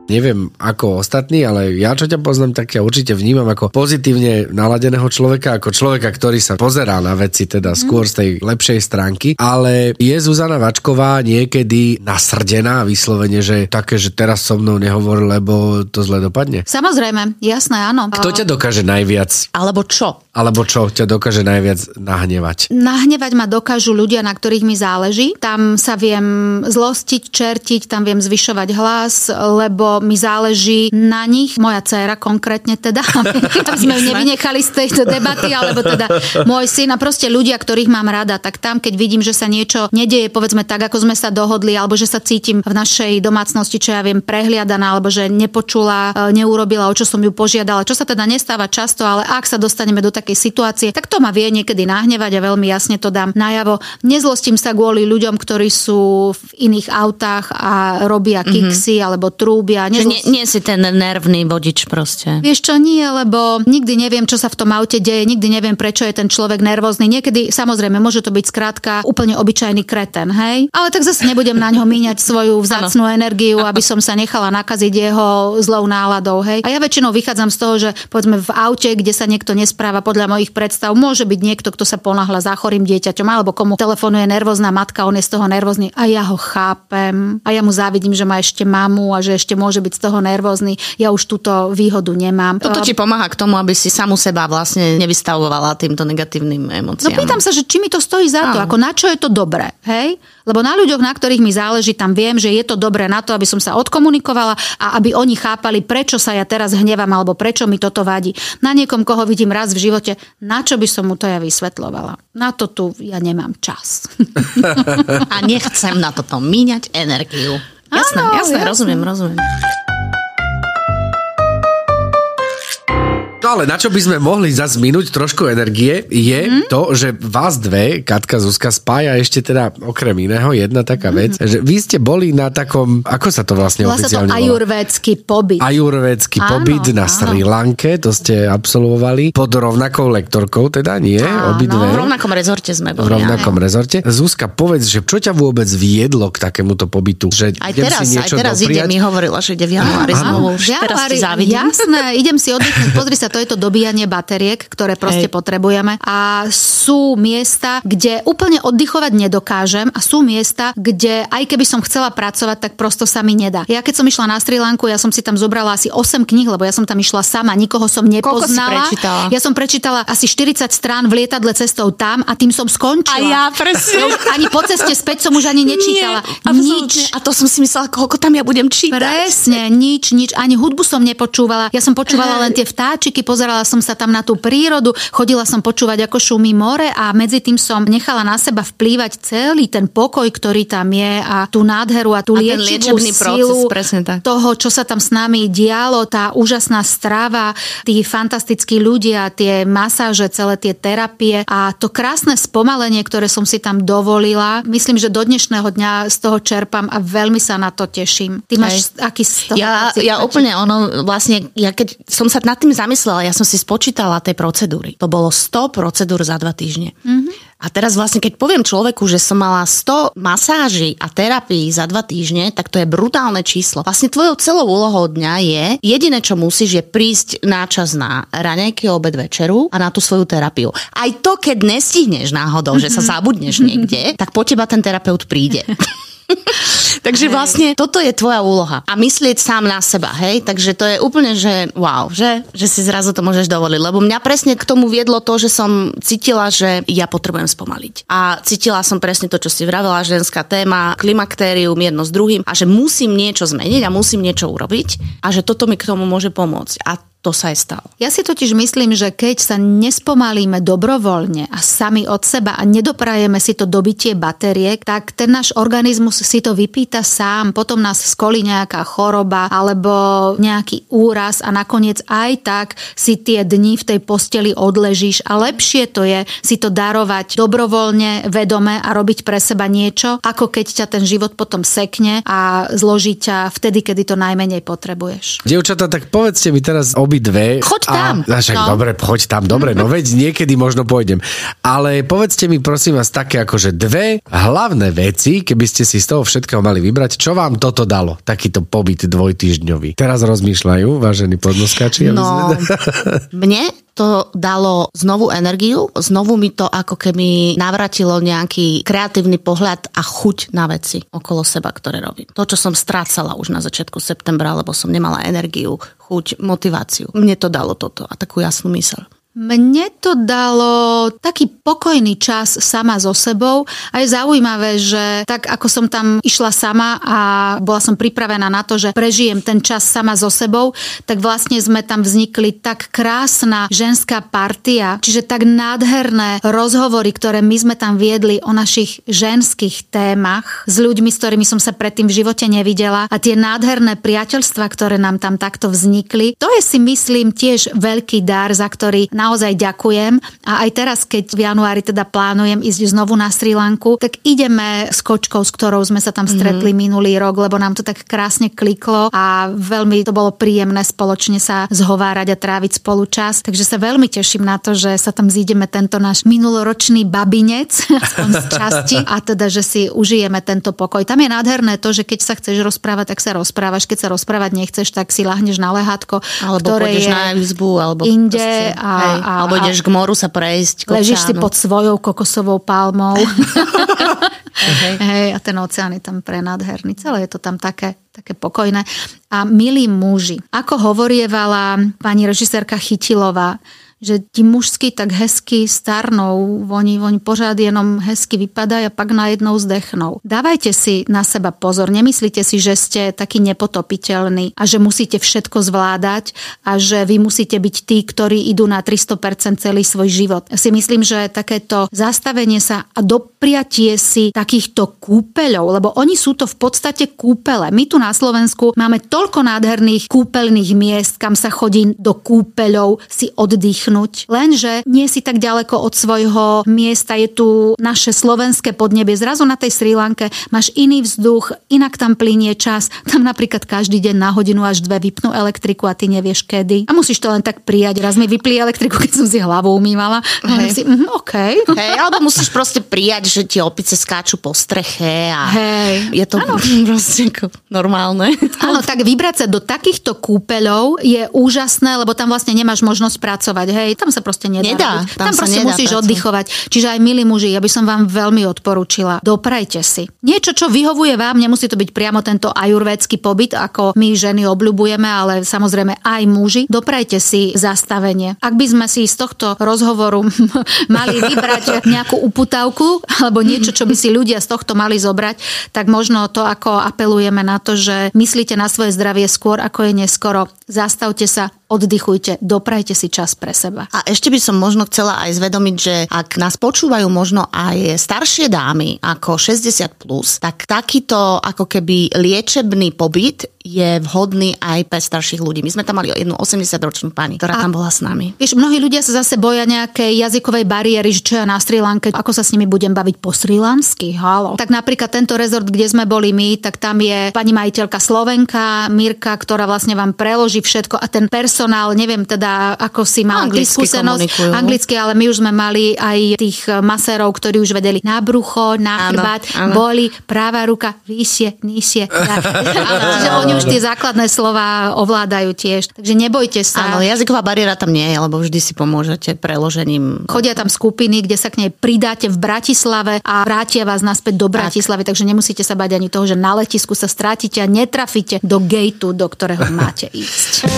Neviem ako ostatní, ale ja čo ťa poznám, tak ťa určite vnímam ako pozitívne naladeného človeka, ako človeka, ktorý sa pozerá na veci teda skôr z tej lepšej stránky, ale je Zuzana Vačková niekedy nasrdená vyslovene, že také, že teraz so mnou nehovor, lebo to zle dopadne? Samozrejme, jasné, áno. Kto ťa dokáže najviac? Alebo čo? Alebo čo ťa dokáže najviac nahnevať? Nahnevať ma dokážu ľudia, na ktorých mi záleží. Tam sa viem zlostiť, čertiť, tam viem zvyšovať hlas, lebo mi záleží na nich. Moja dcéra konkrétne teda. Tam sme ju nevynechali z tejto debaty, alebo teda môj syn a proste ľudia, ktorých mám rada. Tak tam, keď vidím, že sa niečo nedieje, povedzme tak, ako sme sa dohodli, alebo že sa cítim v našej domácnosti, čo ja viem, prehliadaná, alebo že nepočula, neurobila, o čo som ju požiadala, čo sa teda nestáva často, ale ak sa dostaneme do takej situácie, tak to ma vie niekedy nahnevať a veľmi jasne to dám najavo. Nezlostím sa kvôli ľuďom, ktorí sú v iných autách a robia kiksy mm-hmm. alebo trúbia. Nezlost... Nie, nie si ten nervný vodič proste. Vieš čo, nie, lebo nikdy neviem, čo sa v tom aute deje, nikdy neviem, prečo je ten človek nervózny. Niekedy, samozrejme, môže to byť skrátka úplne obyčajný kreten, hej? Ale tak zase nebudem na ňo míňať svoju vzácnu energiu, aby som sa nechala nakaziť jeho zlou náladou, hej? A ja väčšinou vychádzam z toho, že povedzme v aute, kde sa niekto nespráva podľa mojich predstav, môže byť niekto, kto sa ponáhľa za chorým dieťaťom, alebo komu telefonuje nervózna matka, on je z toho nervózny a ja ho chápem. A ja mu závidím, že má ešte mamu a že ešte môže byť z toho nervózny. Ja už túto výhodu nemám. Toto ti pomáha k tomu, aby si samu seba vlastne nevystavovala týmto negatívnym emóciám. No pýtam sa, že či mi to stojí za to, ako na čo je to dobré, hej? Lebo na ľuďoch, na ktorých mi záleží, tam viem, že je to dobré na to, aby som sa odkomunikovala a aby oni chápali, prečo sa ja teraz hnevam alebo prečo mi toto vadí. Na niekom, koho vidím raz v živote, na čo by som mu to ja vysvetľovala? Na to tu ja nemám čas. A nechcem na toto míňať energiu. Jasné, Áno, jasné, jasné, rozumiem, rozumiem. No ale na čo by sme mohli zase minúť trošku energie, je mm. to, že vás dve, Katka, Zuzka, spája ešte teda okrem iného jedna taká mm. vec, že vy ste boli na takom, ako sa to vlastne Volá oficiálne volá? sa to ajurvédsky pobyt. Ajurvédsky áno, pobyt na áno. Sri Lanke, to ste absolvovali pod rovnakou lektorkou, teda nie? Áno. Obidve. V rovnakom rezorte sme boli. V rovnakom aj. rezorte. Zuzka, povedz, že čo ťa vôbec viedlo k takémuto pobytu? Že aj teraz, si aj teraz ide, mi hovorila, že ide v januári znovu. Už teraz ti závidím. Jasné, idem si oddychnúť, pozri sa, to je to dobíjanie bateriek, ktoré proste Hej. potrebujeme. A sú miesta, kde úplne oddychovať nedokážem a sú miesta, kde aj keby som chcela pracovať, tak prosto sa mi nedá. Ja keď som išla na Sri Lanku, ja som si tam zobrala asi osem kníh, lebo ja som tam išla sama, nikoho som nepoznala. Ja som prečítala asi štyridsať strán v lietadle cestou tam a tým som skončila. A ja presne. Ani po ceste späť som už ani nečítala. Nie, nič. A to som si myslela, koľko tam ja budem čítať. Presne, nič, nič. Ani hudbu som nepočúvala. Ja som počúvala len tie vtáčiky, pozerala som sa tam na tú prírodu, chodila som počúvať, ako šumí more a medzi tým som nechala na seba vplývať celý ten pokoj, ktorý tam je a tú nádheru a tú a liečivú silu proces, toho, čo sa tam s nami dialo, tá úžasná strava, tí fantastickí ľudia, tie masáže, celé tie terapie a to krásne spomalenie, ktoré som si tam dovolila. Myslím, že do dnešného dňa z toho čerpám a veľmi sa na to teším. Ty máš Hej. aký z toho Ja, ja úplne, ono vlastne, ja keď som sa nad tým zamyslela, ja som si spočítala tie procedúry. To bolo sto procedúr za dva týždne. Mm-hmm. A teraz vlastne, keď poviem človeku, že som mala sto masáží a terapií za dva týždne, tak to je brutálne číslo. Vlastne tvojou celou úlohou dňa je, jediné, čo musíš, je prísť na čas na raňajky, obed, večeru a na tú svoju terapiu. Aj to, keď nestihneš náhodou, mm-hmm. že sa zabudneš niekde, tak po teba ten terapeut príde. Takže vlastne toto je tvoja úloha. A myslieť sám na seba, hej? Takže to je úplne, že wow, že, že si zrazu to môžeš dovoliť. Lebo mňa presne k tomu viedlo to, že som cítila, že ja potrebujem spomaliť. A cítila som presne to, čo si vravela, ženská téma, klimaktérium, jedno s druhým. A že musím niečo zmeniť a musím niečo urobiť. A že toto mi k tomu môže pomôcť. A to sa aj stalo. Ja si totiž myslím, že keď sa nespomalíme dobrovoľne a sami od seba a nedoprajeme si to dobitie batériek, tak ten náš organizmus si to vypýta sám, potom nás skolí nejaká choroba alebo nejaký úraz a nakoniec aj tak si tie dni v tej posteli odležíš a lepšie to je si to darovať dobrovoľne, vedome a robiť pre seba niečo, ako keď ťa ten život potom sekne a zloží ťa vtedy, kedy to najmenej potrebuješ. Dievčatá, tak povedzte mi teraz obi mi dve. Choď tam. A, však no. dobre, choď tam, dobre, no veď niekedy možno pôjdem. Ale povedzte mi prosím vás také akože dve hlavné veci, keby ste si z toho všetkého mali vybrať, čo vám toto dalo, takýto pobyt dvojtýždňový. Teraz rozmýšľajú, vážení podnoskači. No, mne to dalo znovu energiu, znovu mi to ako keby navratilo nejaký kreatívny pohľad a chuť na veci okolo seba, ktoré robím. To, čo som strácala už na začiatku septembra, lebo som nemala energiu, chuť, motiváciu. Mne to dalo toto a takú jasnú myseľ. Mne to dalo taký pokojný čas sama so sebou a je zaujímavé, že tak ako som tam išla sama a bola som pripravená na to, že prežijem ten čas sama so sebou, tak vlastne sme tam vznikli tak krásna ženská partia, čiže tak nádherné rozhovory, ktoré my sme tam viedli o našich ženských témach s ľuďmi, s ktorými som sa predtým v živote nevidela a tie nádherné priateľstva, ktoré nám tam takto vznikli, to je si myslím tiež veľký dar, za ktorý naozaj ďakujem a aj teraz, keď v januári teda plánujem ísť znovu na Srí Lanku, tak ideme s kočkou, s ktorou sme sa tam stretli mm-hmm. minulý rok, lebo nám to tak krásne kliklo a veľmi to bolo príjemné spoločne sa zhovárať a tráviť spolu čas. Takže sa veľmi teším na to, že sa tam zídeme tento náš minuloročný babinec, aspoň z časti, a teda, že si užijeme tento pokoj. Tam je nádherné to, že keď sa chceš rozprávať, tak sa rozprávaš, keď sa rozprávať nechceš, tak si lahneš na lehátko, alebo ktoré pôjdeš je na izbu, alebo inde proste, a, a, alebo ideš k moru sa prejsť. Ležíš si pod svojou kokosovou palmou. Okay. Hej, a ten oceán je tam prenádherný. Celé je to tam také, také pokojné. A milí muži, ako hovorievala pani režisérka Chytilová, že ti mužský tak hezky starnou, oni, oni pořád jenom hezky vypadajú a pak najednou zdechnou. Dávajte si na seba pozor, nemyslíte si, že ste takí nepotopiteľní a že musíte všetko zvládať a že vy musíte byť tí, ktorí idú na tristo percent celý svoj život. Ja si myslím, že takéto zastavenie sa a dopriatie si takýchto kúpeľov, lebo oni sú to v podstate kúpele. My tu na Slovensku máme toľko nádherných kúpeľných miest, kam sa chodí do kúpeľov si oddychnúť. Lenže nie si tak ďaleko od svojho miesta, je tu naše slovenské podnebie. Zrazu na tej Srí Lanke máš iný vzduch, inak tam plynie čas. Tam napríklad každý deň na hodinu až dve vypnú elektriku a ty nevieš kedy. A musíš to len tak prijať. Raz mi vypli elektriku, keď som si hlavu umývala. Hej. Si, mm, okay. Hej, alebo musíš proste prijať, že tie opice skáču po streche a hej. Je to ano. Proste normálne. Áno, tak vybrať sa do takýchto kúpeľov je úžasné, lebo tam vlastne nemáš možnosť pracovať. Hej, tam sa proste nedá. nedá tam, tam proste nedá musíš pracovať. oddychovať. Čiže aj milí muži, ja by som vám veľmi odporúčila. Doprajte si. Niečo, čo vyhovuje vám, nemusí to byť priamo tento ajurvédsky pobyt, ako my ženy obľubujeme, ale samozrejme aj muži. Doprajte si zastavenie. Ak by sme si z tohto rozhovoru mali vybrať nejakú uputavku alebo niečo, čo by si ľudia z tohto mali zobrať, tak možno to, ako apelujeme na to, že myslíte na svoje zdravie skôr, ako je neskoro. Zastavte sa, oddychujte, doprajte si čas pre seba. A ešte by som možno chcela aj zvedomiť, že ak nás počúvajú možno aj staršie dámy ako šesťdesiat plus, tak takýto ako keby liečebný pobyt je vhodný aj pre starších ľudí. My sme tam mali jednu osemdesiatročnú pani, ktorá a tam bola s nami. Vieš, mnohí ľudia sa zase boja nejakej jazykovej bariéry, že čo ja na Srí Lanke, ako sa s nimi budem baviť po srilansky, halo. Tak napríklad tento rezort, kde sme boli my, tak tam je pani majiteľka Slovenka, Mirka, ktorá vlastne vám preloží všetko a ten personál, neviem teda, ako si mal ty skúsenosť anglicky, ale my už sme mali aj tých masérov, ktorí už vedeli na brucho, na chrbát, boli, práva ruka, vyššie, nižšie. Čiže oni už tie základné slova ovládajú tiež. Takže nebojte sa. Áno, jazyková bariéra tam nie je, lebo vždy si pomôžete preložením. Chodia tam skupiny, kde sa k nej pridáte v Bratislave a vrátia vás naspäť do Bratislavy, tak. Takže nemusíte sa bať ani toho, že na letisku sa strátite a netrafíte do gateu, do ktorého máte ísť.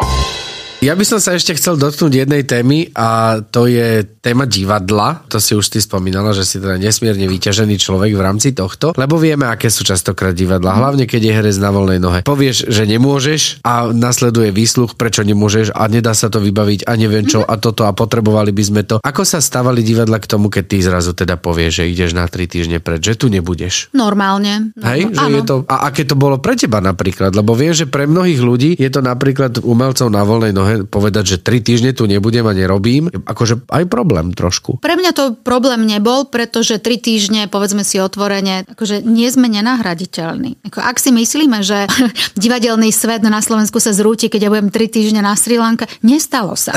Ja by som sa ešte chcel dotknúť jednej témy a to je téma divadla. To si už ty spomínala, že si teda nesmierne vyťažený človek v rámci tohto, lebo vieme, aké sú častokrát divadla. Hlavne, keď je herec na voľnej nohe. Povieš, že nemôžeš a nasleduje výsluch, prečo nemôžeš a nedá sa to vybaviť a neviem čo a toto a potrebovali by sme to. Ako sa stávali divadla k tomu, keď ty zrazu teda povieš, že ideš na tri týždne preč, že tu nebudeš? Normálne. Hej, že je to, a aké to bolo pre teba napríklad? Lebo viem, že pre mnohých ľudí je to napríklad umelcov na voľnej nohe he, povedať, že tri týždne tu nebudem a nerobím, akože aj problém trošku. Pre mňa to problém nebol, pretože tri týždne, povedzme si otvorene, akože nie sme nenahraditeľní. Ako, ak si myslíme, že divadelný svet na Slovensku sa zrúti, keď ja budem tri týždne na Srí Lanka, nestalo sa.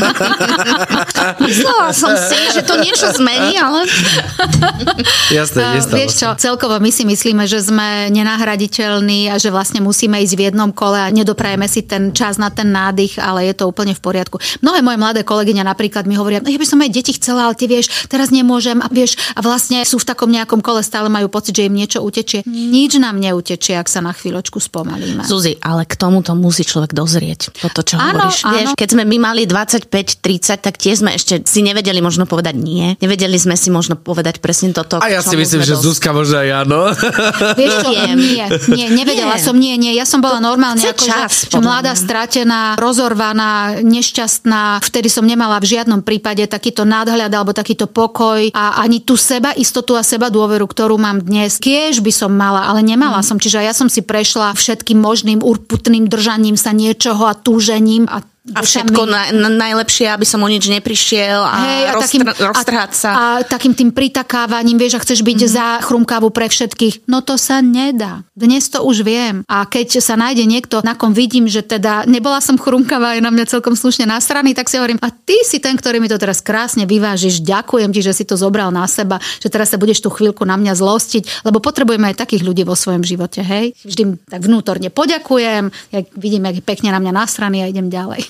Myslela som si, že to niečo zmení, ale... Jasné, nestalo Vieš čo, celkovo my si myslíme, že sme nenahraditeľní a že vlastne musíme ísť v jednom kole a nedoprajeme si ten čas na ten nádych, ale je to úplne v poriadku. Mnohé moje mladé kolegyne napríklad mi hovoria, ja by som aj deti chcela, ale ty vieš, teraz nemôžem a vieš, a vlastne sú v takom nejakom kole, stále majú pocit, že im niečo utečie. Nič nám neutečie, ak sa na chvíľočku spomalíme. Zuzi, ale k tomuto musí človek dozrieť. Toto, čo áno, hovoríš. Áno. Vieš, keď sme my mali dvadsaťpäť tridsať, tak tiež sme ešte si nevedeli možno povedať nie. Nevedeli sme si možno povedať presne toto. A ja si myslím, že dos... Zuzka možno aj áno. Vieš čo, nie, nie, nevedela nie. som, nie, nie. Ja som bola normálne ako čas, že, že mladá, stratená, rozorvaná, nešťastná. Vtedy som nemala v žiadnom prípade takýto nadhľad alebo takýto pokoj a ani tú seba istotu a seba dôveru, ktorú mám dnes. Kiež by som mala, ale nemala mm. som. Čiže ja som si prešla všetkým možným urputným držaním sa niečoho a túžením a A všetko na, na, najlepšie, aby som o nič neprišiel a, Hej, a roztr- takým, roztrhať sa. A, a takým tým pritakávaním, vieš, a chceš byť mm-hmm. za chrumkavu pre všetkých. No to sa nedá. Dnes to už viem. A keď sa nájde niekto, na kom vidím, že teda nebola som chrumkavá, je na mňa celkom slušne nasraný, tak si hovorím, a ty si ten, ktorý mi to teraz krásne vyvážiš. Ďakujem ti, že si to zobral na seba, že teraz sa budeš tú chvíľku na mňa zlostiť, lebo potrebujeme aj takých ľudí vo svojom živote, hej? Vždy tak vnútorne poďakujem, jak vidím, jak pekne na mňa nasraný a idem ďalej.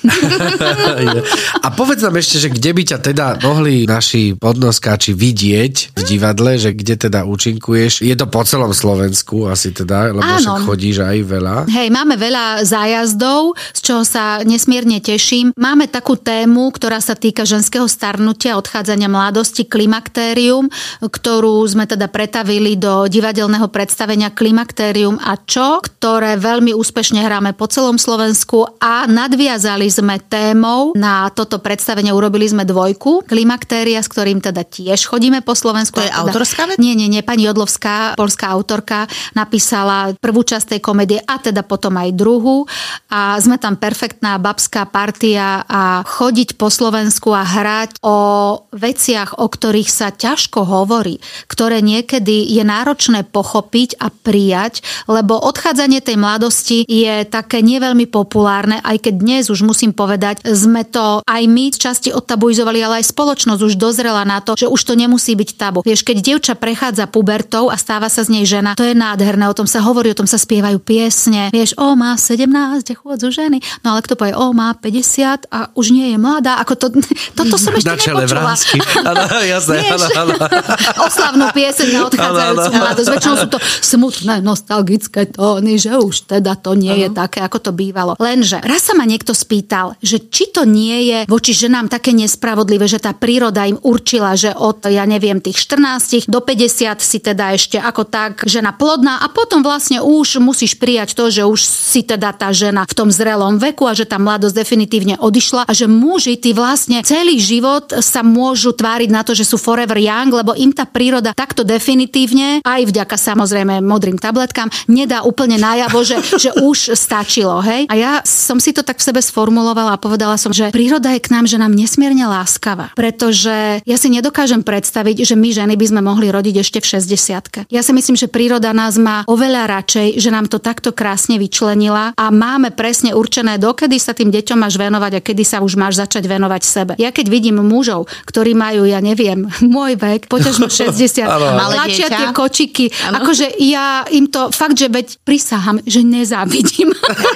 A povedz nám ešte, že kde by ťa teda mohli naši podnoskáči vidieť v divadle, že kde teda účinkuješ? Je to po celom Slovensku asi teda, lebo však chodíš aj veľa. Hej, máme veľa zájazdov, z čoho sa nesmierne teším. Máme takú tému, ktorá sa týka ženského starnutia, odchádzania mladosti, klimaktérium, ktorú sme teda pretavili do divadelného predstavenia Klimaktérium a čo, ktoré veľmi úspešne hráme po celom Slovensku a nadviazali sme témou na toto predstavenie, urobili sme dvojku Klimaktéria, s ktorým teda tiež chodíme po Slovensku. To je teda, autorská vec? Nie, nie, nie. Pani Jodlovská, poľská autorka, napísala prvú časť tej komédie a teda potom aj druhú. A sme tam perfektná babská partia a chodiť po Slovensku a hrať o veciach, o ktorých sa ťažko hovorí, ktoré niekedy je náročné pochopiť a prijať, lebo odchádzanie tej mladosti je také neveľmi populárne, aj keď dnes už musím povedať, sme to aj my z časti odtabuizovali, ale aj spoločnosť už dozrela na to, že už to nemusí byť tabu. Vieš, keď dievča prechádza pubertou a stáva sa z nej žena, to je nádherné, o tom sa hovorí, o tom sa spievajú piesne. Vieš, o, má sedemnásť, chôdzu ženy. No ale kto povie, o, má päťdesiat a už nie je mladá, ako to, toto som ešte nepočula. Áno, jasné, áno, áno. Oslavnú pieseň na odchádzajúcu mladosť. Väčšinou sú to smutné, nostalgické tóny, že už teda to nie je také, ako to bývalo. Lenže raz sa ma niekto spýtal, že či to nie je voči ženám také nespravodlivé, že tá príroda im určila, že od, ja neviem, tých štrnásť do päťdesiat si teda ešte ako tak žena plodná a potom vlastne už musíš prijať to, že už si teda tá žena v tom zrelom veku a že tá mladosť definitívne odišla a že muži, tí vlastne celý život sa môžu tváriť na to, že sú forever young, lebo im tá príroda takto definitívne, aj vďaka samozrejme modrým tabletkám, nedá úplne najavo, že, že už stačilo, hej? A ja som si to tak v sebe sformulovala a povedala som, že príroda je k nám, že nám nesmierne láskava. Pretože ja si nedokážem predstaviť, že my ženy by sme mohli rodiť ešte v šesťdesiatke. Ja si myslím, že príroda nás má oveľa radšej, že nám to takto krásne vyčlenila a máme presne určené, dokedy sa tým deťom máš venovať a kedy sa už máš začať venovať sebe. Ja keď vidím mužov, ktorí majú, ja neviem, môj vek, poťažmo šesťdesiat, tlačia tie kočiky, ano. Akože ja im to fakt, že veď prisahám, že nezávidím.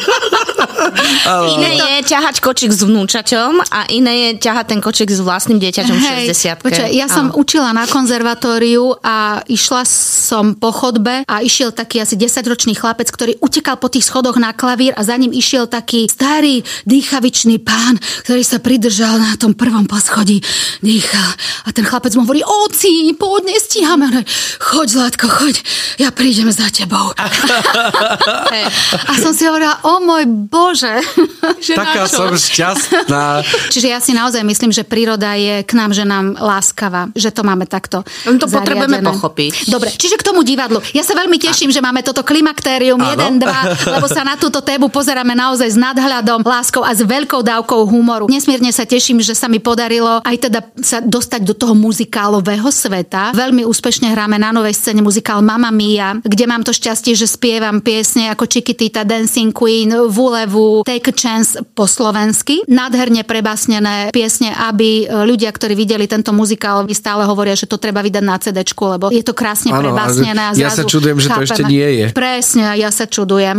Iné je ťahať kočík s vnúčaťom a iné je ťahať ten kočík s vlastným dieťaťom v šesťdesiatke. Počkaj, ja som Áno. učila na konzervatóriu a išla som po chodbe a išiel taký asi desaťročný chlapec, ktorý utekal po tých schodoch na klavír a za ním išiel taký starý dýchavičný pán, ktorý sa pridržal na tom prvom poschodí. Dýchal. A ten chlapec mu hovorí, oci, poď, nestíhame. Choď, Zlatko, choď, ja prídem za tebou. A som si hovorila, o môj Bože, bože. Taká som šťastná. Čiže ja si naozaj myslím, že príroda je k nám, že nám láskava, že to máme takto to potrebujeme pochopiť. Dobre, čiže k tomu divadlu. Ja sa veľmi teším, že máme toto klimaktérium jeden, dva, lebo sa na túto tému pozeráme naozaj s nadhľadom, láskou a s veľkou dávkou humoru. Nesmierne sa teším, že sa mi podarilo aj teda sa dostať do toho muzikálového sveta. Veľmi úspešne hráme na novej scéne muzikál Mamma Mia, kde mám to šťastie, že spievam piesne ako Chiquitita, Dancing Queen, Vulevu, Take a Chance po slovensky. Nádherne prebásnené piesne, aby ľudia, ktorí videli tento muzikál, stále hovoria, že to treba vydať na cé déčku, lebo je to krásne ano, prebásnené. A ja sa čudujem, že chápeme. To ešte nie je. Presne, ja sa čudujem.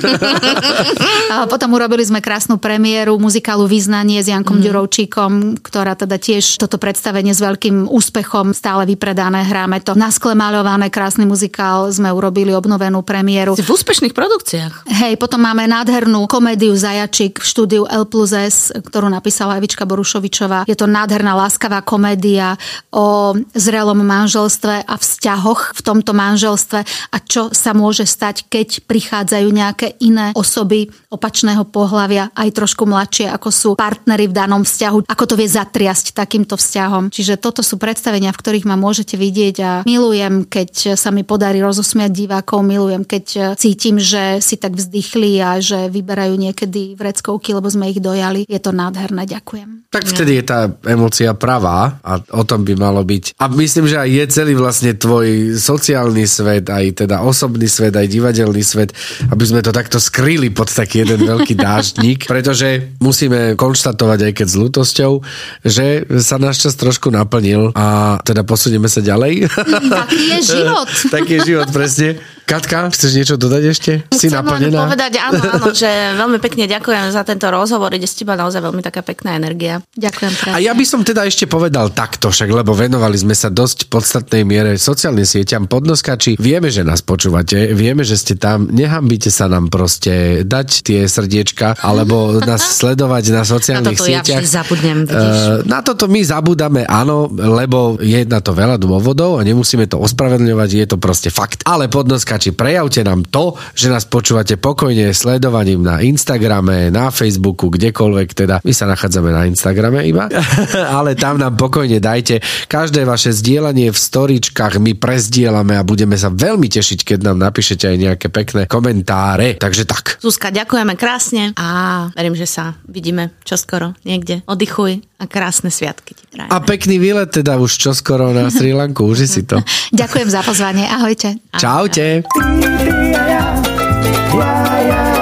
A potom urobili sme krásnu premiéru muzikálu Význanie s Jankom mm. Ďurovčíkom, ktorá teda tiež toto predstavenie s veľkým úspechom stále vypredané. Hráme to na skle maľované, krásny muzikál, sme urobili obnovenú premiéru. V úspešných produkciách. Hej, potom máme nádhernú komédiu Zajačik v štúdiu L plus S, ktorú napísala Evička Borušovičová. Je to nádherná láskavá komédia o zrelom manželstve a vzťahoch v tomto manželstve a čo sa môže stať, keď prichádzajú nejaké iné osoby opačného pohlavia, aj trošku mladšie, ako sú partneri v danom vzťahu, ako to vie zatriasť takýmto vzťahom. Čiže toto sú predstavenia, v ktorých ma môžete vidieť a milujem, keď sa mi podarí rozosmiať divákov, milujem, keď cítim, že si tak vzdychli a že vyberajú niekedy vreckovky, lebo sme ich dojali. Je to nádherné, ďakujem. Tak vtedy je tá emócia pravá a o tom by malo byť. A myslím, že aj je celý vlastne tvoj sociálny svet, aj teda osobný svet, aj divadelný svet, aby sme to takto skryli pod taký jeden veľký dáždnik, pretože musíme konštatovať aj keď s ľútosťou, že sa náš čas trošku naplnil a teda posunieme sa ďalej. Taký je život. Taký je život, presne. Katka, chceš niečo dodať ešte? Si Chcem naplnená? Chcem povedať, áno, áno, že veľmi pekne ďakujem za tento rozhovor, ide z teba naozaj veľmi taká pekná energia. Ďakujem krásne. A ja by som teda ešte povedal takto, však lebo venovali sme sa dosť podstatnej miere sociálnym sieťam. Podnoskači, vieme, že nás počúvate, vieme, že ste tam, nehambite sa nám proste dať tie srdiečka, alebo nás sledovať na sociálnych sieťach. Na toto sieťach. ja vždy zabudnem, vidíš. Uh, na toto my zabudáme, áno, lebo je na to veľa dôvodov a nemusíme to ospravedlňovať, je to proste fakt. Ale podnoskači, prejavte nám to, že nás počúvate pokojne sledovaním na Instagrame, na Facebooku, kdekoľvek, teda my sa nachádzame na Instagrame iba, ale tam nám pokojne dajte každé vaše zdieľanie v storičkách, my prezdielame a budeme sa veľmi tešiť, keď nám napíšete aj nejaké pekné komentáre. Takže tak. Zuzka, ďakujeme krásne a verím, že sa vidíme čoskoro niekde. Oddychuj a krásne sviatky ti prajeme. A pekný výlet teda už čoskoro na Srí Lanku, uži si to. Ďakujem za pozvanie, ahojte. Čaute. Ja, ja.